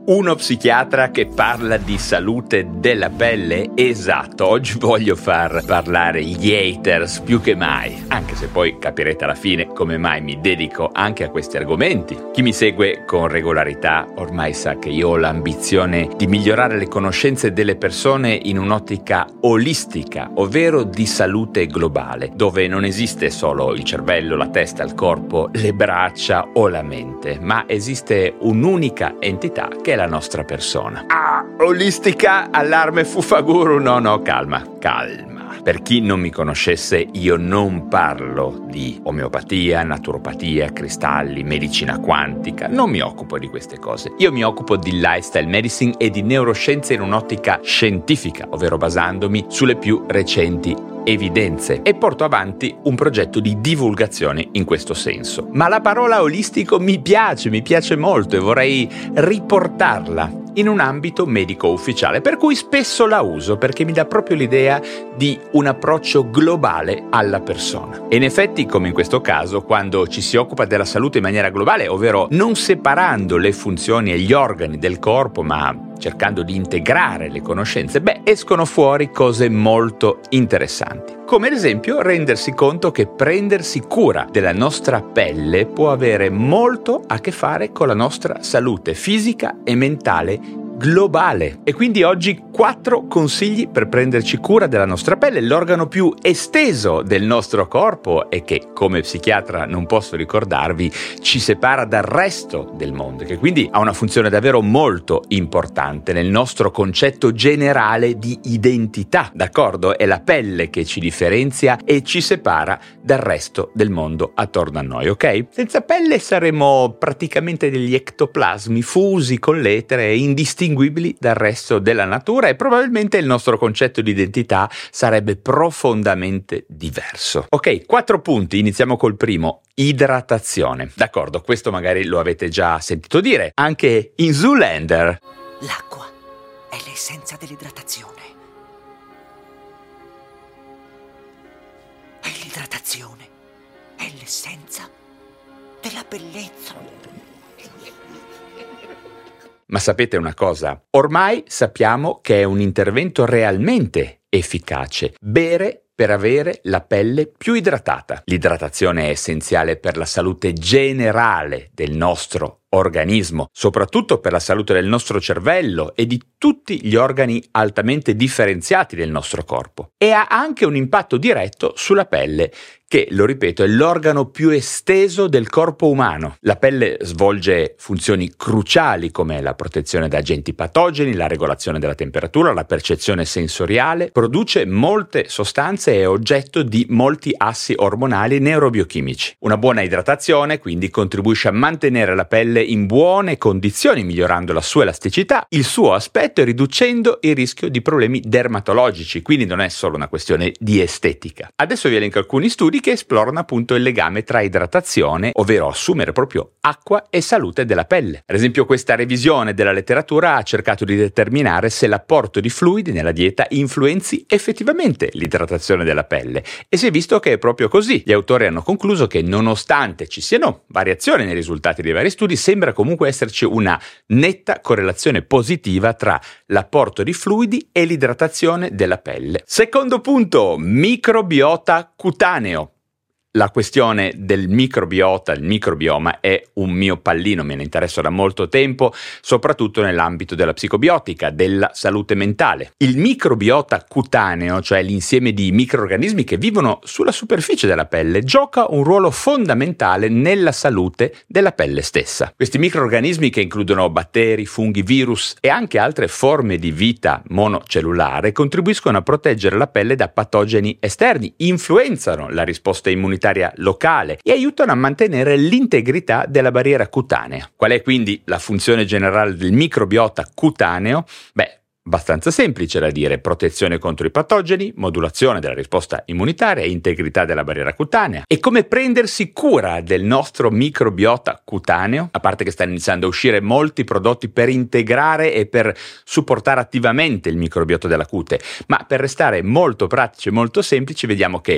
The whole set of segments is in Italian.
Uno psichiatra che parla di salute della pelle? Esatto, oggi voglio far parlare gli haters più che mai, anche se poi capirete alla fine come mai mi dedico anche a questi argomenti. Chi mi segue con regolarità ormai sa che io ho l'ambizione di migliorare le conoscenze delle persone in un'ottica olistica, ovvero di salute globale, dove non esiste solo il cervello, la testa, il corpo, le braccia o la mente, ma esiste un'unica entità che è la nostra persona. Olistica, allarme Fufaguru, no, calma. Per chi non mi conoscesse, io non parlo di omeopatia, naturopatia, cristalli, medicina quantica, non mi occupo di queste cose. Io mi occupo di lifestyle medicine e di neuroscienze in un'ottica scientifica, ovvero basandomi sulle più recenti evidenze, e porto avanti un progetto di divulgazione in questo senso. Ma la parola olistico mi piace molto e vorrei riportarla in un ambito medico ufficiale, per cui spesso la uso perché mi dà proprio l'idea di un approccio globale alla persona. E in effetti, come in questo caso, quando ci si occupa della salute in maniera globale, ovvero non separando le funzioni e gli organi del corpo, ma cercando di integrare le conoscenze, escono fuori cose molto interessanti. Come ad esempio rendersi conto che prendersi cura della nostra pelle può avere molto a che fare con la nostra salute fisica e mentale globale. E quindi oggi 4 consigli per prenderci cura della nostra pelle, l'organo più esteso del nostro corpo e che, come psichiatra non posso ricordarvi, ci separa dal resto del mondo, che quindi ha una funzione davvero molto importante nel nostro concetto generale di identità, d'accordo? È la pelle che ci differenzia e ci separa dal resto del mondo attorno a noi, ok? Senza pelle saremmo praticamente degli ectoplasmi fusi con l'etere e indistinguibili dal resto della natura, e probabilmente il nostro concetto di identità sarebbe profondamente diverso. Ok, 4 punti, iniziamo col primo: idratazione. D'accordo, questo magari lo avete già sentito dire anche in Zoolander. L'acqua è l'essenza dell'idratazione. E l'idratazione è l'essenza della bellezza. Ma sapete una cosa? Ormai sappiamo che è un intervento realmente efficace bere per avere la pelle più idratata. L'idratazione è essenziale per la salute generale del nostro organismo, soprattutto per la salute del nostro cervello e di tutti gli organi altamente differenziati del nostro corpo. E ha anche un impatto diretto sulla pelle, che, lo ripeto, è l'organo più esteso del corpo umano. La pelle svolge funzioni cruciali come la protezione da agenti patogeni, la regolazione della temperatura, la percezione sensoriale, produce molte sostanze e è oggetto di molti assi ormonali e neurobiochimici. Una buona idratazione quindi contribuisce a mantenere la pelle in buone condizioni, migliorando la sua elasticità, il suo aspetto e riducendo il rischio di problemi dermatologici, quindi non è solo una questione di estetica. Adesso vi elenco alcuni studi che esplorano appunto il legame tra idratazione, ovvero assumere proprio acqua, e salute della pelle. Ad esempio, questa revisione della letteratura ha cercato di determinare se l'apporto di fluidi nella dieta influenzi effettivamente l'idratazione della pelle, e si è visto che è proprio così. Gli autori hanno concluso che, nonostante ci siano variazioni nei risultati dei vari studi, sembra comunque esserci una netta correlazione positiva tra l'apporto di fluidi e l'idratazione della pelle. Secondo punto: microbiota cutaneo. La questione del microbiota, il microbioma, è un mio pallino, me ne interesso da molto tempo, soprattutto nell'ambito della psicobiotica, della salute mentale. Il microbiota cutaneo, cioè l'insieme di microrganismi che vivono sulla superficie della pelle, gioca un ruolo fondamentale nella salute della pelle stessa. Questi microrganismi, che includono batteri, funghi, virus e anche altre forme di vita monocellulare, contribuiscono a proteggere la pelle da patogeni esterni, influenzano la risposta immunitaria locale e aiutano a mantenere l'integrità della barriera cutanea. Qual è quindi la funzione generale del microbiota cutaneo? Abbastanza semplice da dire: protezione contro i patogeni, modulazione della risposta immunitaria e integrità della barriera cutanea. E come prendersi cura del nostro microbiota cutaneo? A parte che stanno iniziando a uscire molti prodotti per integrare e per supportare attivamente il microbiota della cute, ma per restare molto pratici e molto semplici, vediamo che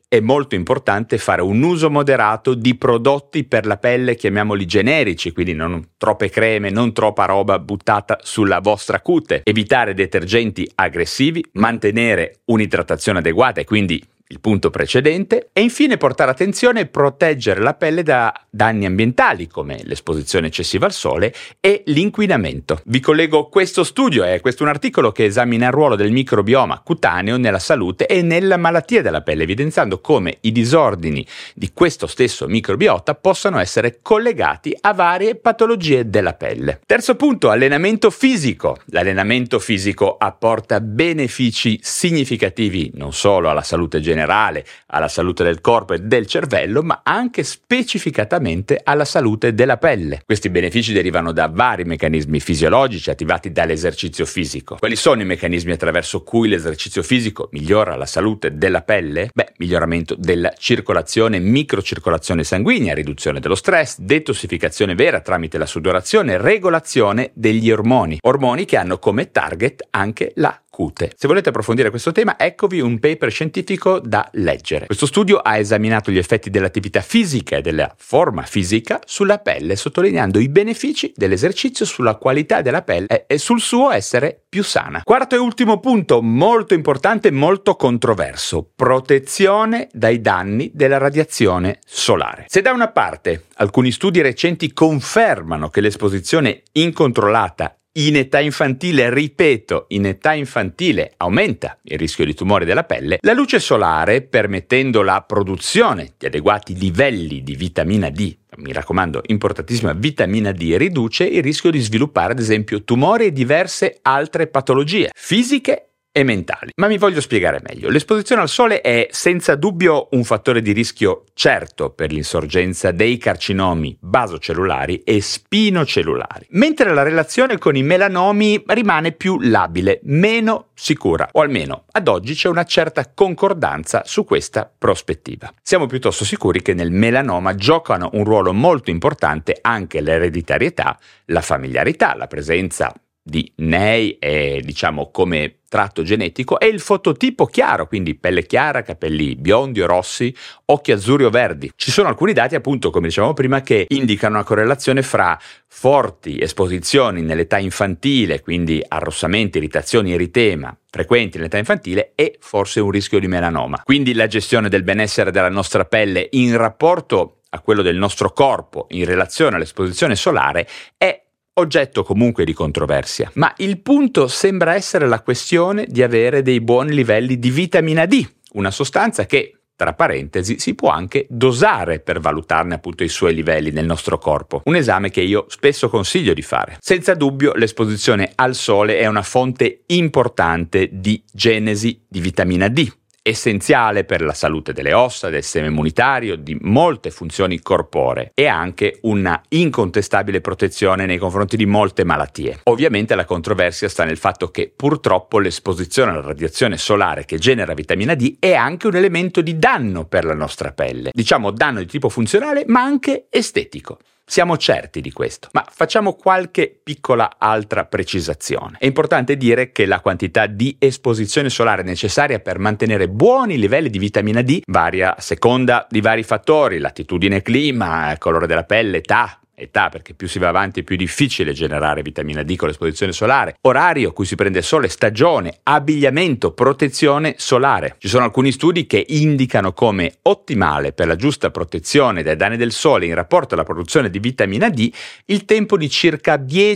è molto importante fare un uso moderato di prodotti per la pelle, chiamiamoli generici, quindi non troppe creme, non troppa roba buttata sulla vostra cute, evitare detergenti aggressivi, mantenere un'idratazione adeguata e quindi il punto precedente, e infine portare attenzione e proteggere la pelle da danni ambientali come l'esposizione eccessiva al sole e l'inquinamento. Vi collego questo studio, questo è un articolo che esamina il ruolo del microbioma cutaneo nella salute e nella malattia della pelle, evidenziando come i disordini di questo stesso microbiota possano essere collegati a varie patologie della pelle. Terzo punto, allenamento fisico. L'allenamento fisico apporta benefici significativi non solo alla salute generale, alla salute del corpo e del cervello, ma anche specificatamente alla salute della pelle. Questi benefici derivano da vari meccanismi fisiologici attivati dall'esercizio fisico. Quali sono i meccanismi attraverso cui l'esercizio fisico migliora la salute della pelle? Miglioramento della circolazione, microcircolazione sanguigna, riduzione dello stress, detossificazione vera tramite la sudorazione, regolazione degli ormoni che hanno come target anche la cute. Se volete approfondire questo tema, eccovi un paper scientifico da leggere. Questo studio ha esaminato gli effetti dell'attività fisica e della forma fisica sulla pelle, sottolineando i benefici dell'esercizio sulla qualità della pelle e sul suo essere più sana. Quarto e ultimo punto, molto importante, molto controverso: protezione dai danni della radiazione solare. Se da una parte alcuni studi recenti confermano che l'esposizione incontrollata in età infantile, ripeto, in età infantile aumenta il rischio di tumori della pelle, la luce solare, permettendo la produzione di adeguati livelli di vitamina D, mi raccomando, importantissima vitamina D, riduce il rischio di sviluppare ad esempio tumori e diverse altre patologie fisiche e mentali. Ma mi voglio spiegare meglio. L'esposizione al sole è senza dubbio un fattore di rischio certo per l'insorgenza dei carcinomi basocellulari e spinocellulari, mentre la relazione con i melanomi rimane più labile, meno sicura, o almeno ad oggi c'è una certa concordanza su questa prospettiva. Siamo piuttosto sicuri che nel melanoma giocano un ruolo molto importante anche l'ereditarietà, la familiarità, la presenza di NEI e come tratto genetico e il fototipo chiaro, quindi pelle chiara, capelli biondi o rossi, occhi azzurri o verdi. Ci sono alcuni dati, appunto, come dicevamo prima, che indicano una correlazione fra forti esposizioni nell'età infantile, quindi arrossamenti, irritazioni, eritema frequenti nell'età infantile, e forse un rischio di melanoma. Quindi la gestione del benessere della nostra pelle in rapporto a quello del nostro corpo in relazione all'esposizione solare è oggetto comunque di controversia, ma il punto sembra essere la questione di avere dei buoni livelli di vitamina D, una sostanza che, tra parentesi, si può anche dosare per valutarne appunto i suoi livelli nel nostro corpo, un esame che io spesso consiglio di fare. Senza dubbio l'esposizione al sole è una fonte importante di genesi di vitamina D, essenziale per la salute delle ossa, del sistema immunitario, di molte funzioni corporee e anche una incontestabile protezione nei confronti di molte malattie. Ovviamente la controversia sta nel fatto che purtroppo l'esposizione alla radiazione solare che genera vitamina D è anche un elemento di danno per la nostra pelle. Diciamo danno di tipo funzionale ma anche estetico. Siamo certi di questo, ma facciamo qualche piccola altra precisazione. È importante dire che la quantità di esposizione solare necessaria per mantenere buoni livelli di vitamina D varia a seconda di vari fattori: latitudine, clima, colore della pelle, età, perché più si va avanti più è difficile generare vitamina D con l'esposizione solare, orario a cui si prende il sole, stagione, abbigliamento, protezione solare. Ci sono alcuni studi che indicano come ottimale per la giusta protezione dai danni del sole in rapporto alla produzione di vitamina D il tempo di circa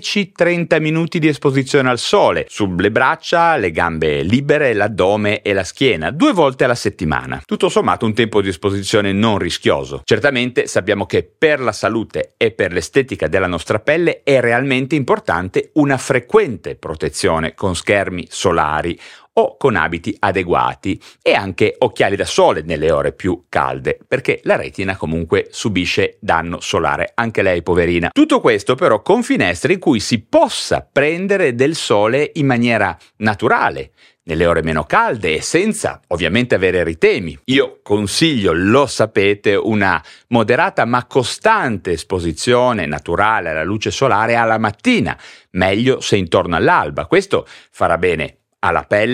10-30 minuti di esposizione al sole sulle braccia, le gambe libere, l'addome e la schiena 2 volte alla settimana. Tutto sommato un tempo di esposizione non rischioso. Certamente sappiamo che per la salute e per l'estetica della nostra pelle è realmente importante una frequente protezione con schermi solari o con abiti adeguati e anche occhiali da sole nelle ore più calde, perché la retina comunque subisce danno solare, anche lei poverina. Tutto questo però con finestre in cui si possa prendere del sole in maniera naturale, nelle ore meno calde e senza ovviamente avere eritemi. Io consiglio, lo sapete, una moderata ma costante esposizione naturale alla luce solare alla mattina, meglio se intorno all'alba. Questo farà bene alla pelle,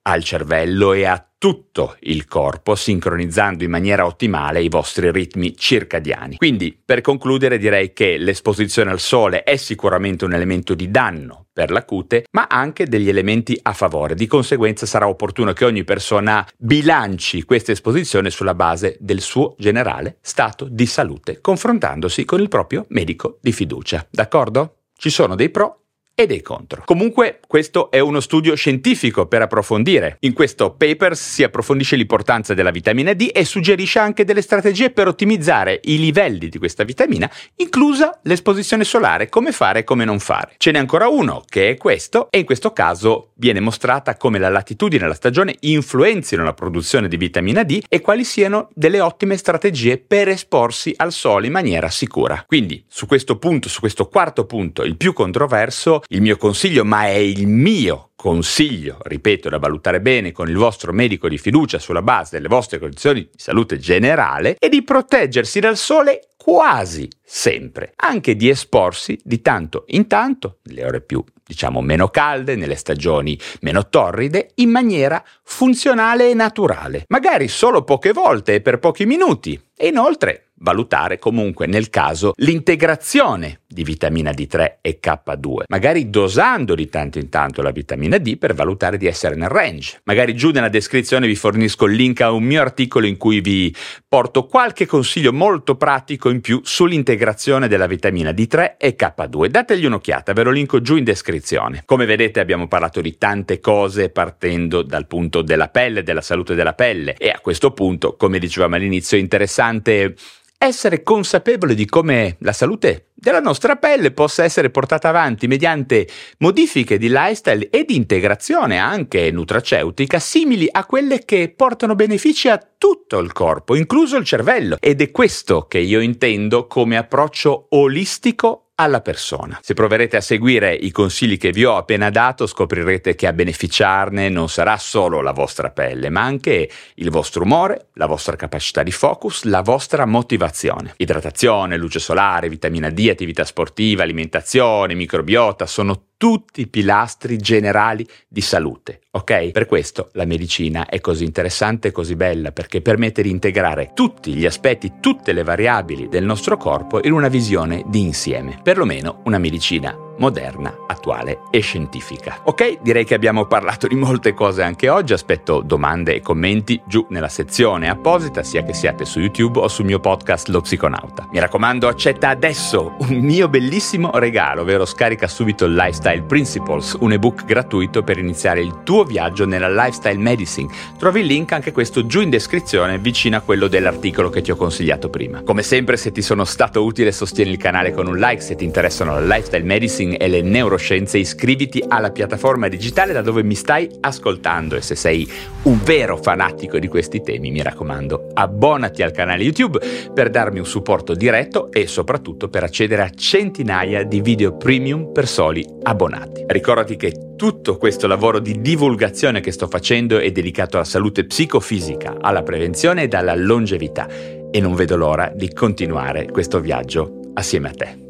al cervello e a tutto il corpo, sincronizzando in maniera ottimale i vostri ritmi circadiani. Quindi, per concludere, direi che l'esposizione al sole è sicuramente un elemento di danno per la cute, ma anche degli elementi a favore. Di conseguenza sarà opportuno che ogni persona bilanci questa esposizione sulla base del suo generale stato di salute, confrontandosi con il proprio medico di fiducia. D'accordo? Ci sono dei pro e dei contro. Comunque, questo è uno studio scientifico per approfondire. In questo paper si approfondisce l'importanza della vitamina D e suggerisce anche delle strategie per ottimizzare i livelli di questa vitamina, inclusa l'esposizione solare, come fare e come non fare. Ce n'è ancora uno, che è questo, e in questo caso viene mostrata come la latitudine e la stagione influenzino la produzione di vitamina D e quali siano delle ottime strategie per esporsi al sole in maniera sicura. Quindi, su questo punto, su questo quarto punto, il più controverso, il mio consiglio, ma è il mio consiglio, ripeto, da valutare bene con il vostro medico di fiducia sulla base delle vostre condizioni di salute generale, è di proteggersi dal sole quasi sempre, anche di esporsi di tanto in tanto, nelle ore più, meno calde, nelle stagioni meno torride, in maniera funzionale e naturale, magari solo poche volte e per pochi minuti, e inoltre valutare comunque nel caso l'integrazione di vitamina D3 e K2, magari dosando di tanto in tanto la vitamina D per valutare di essere nel range. Magari giù nella descrizione vi fornisco il link a un mio articolo in cui vi porto qualche consiglio molto pratico in più sull'integrazione della vitamina D3 e K2. Dategli un'occhiata, ve lo linko giù in descrizione. Come vedete abbiamo parlato di tante cose partendo dal punto della pelle, della salute della pelle, e a questo punto, come dicevamo all'inizio, è interessante essere consapevoli di come la salute della nostra pelle possa essere portata avanti mediante modifiche di lifestyle e di integrazione anche nutraceutica simili a quelle che portano benefici a tutto il corpo, incluso il cervello. Ed è questo che io intendo come approccio olistico alla persona. Se proverete a seguire i consigli che vi ho appena dato, scoprirete che a beneficiarne non sarà solo la vostra pelle, ma anche il vostro umore, la vostra capacità di focus, la vostra motivazione. Idratazione, luce solare, vitamina D, attività sportiva, alimentazione, microbiota sono tutti pilastri generali di salute, ok? Per questo la medicina è così interessante e così bella, perché permette di integrare tutti gli aspetti, tutte le variabili del nostro corpo in una visione di insieme, perlomeno una medicina moderna, attuale e scientifica. Ok, direi che abbiamo parlato di molte cose anche oggi, aspetto domande e commenti giù nella sezione apposita, sia che siate su YouTube o sul mio podcast Lo Psiconauta. Mi raccomando, accetta adesso un mio bellissimo regalo, ovvero scarica subito il Lifestyle Principles, un ebook gratuito per iniziare il tuo viaggio nella lifestyle medicine. Trovi il link anche questo giù in descrizione, vicino a quello dell'articolo che ti ho consigliato prima. Come sempre, se ti sono stato utile, sostieni il canale con un like. Se ti interessano la lifestyle medicine e le neuroscienze, iscriviti alla piattaforma digitale da dove mi stai ascoltando, e se sei un vero fanatico di questi temi, mi raccomando, abbonati al canale YouTube per darmi un supporto diretto e soprattutto per accedere a centinaia di video premium per soli abbonati. Ricordati che tutto questo lavoro di divulgazione che sto facendo è dedicato alla salute psicofisica, alla prevenzione ed alla longevità, e non vedo l'ora di continuare questo viaggio assieme a te.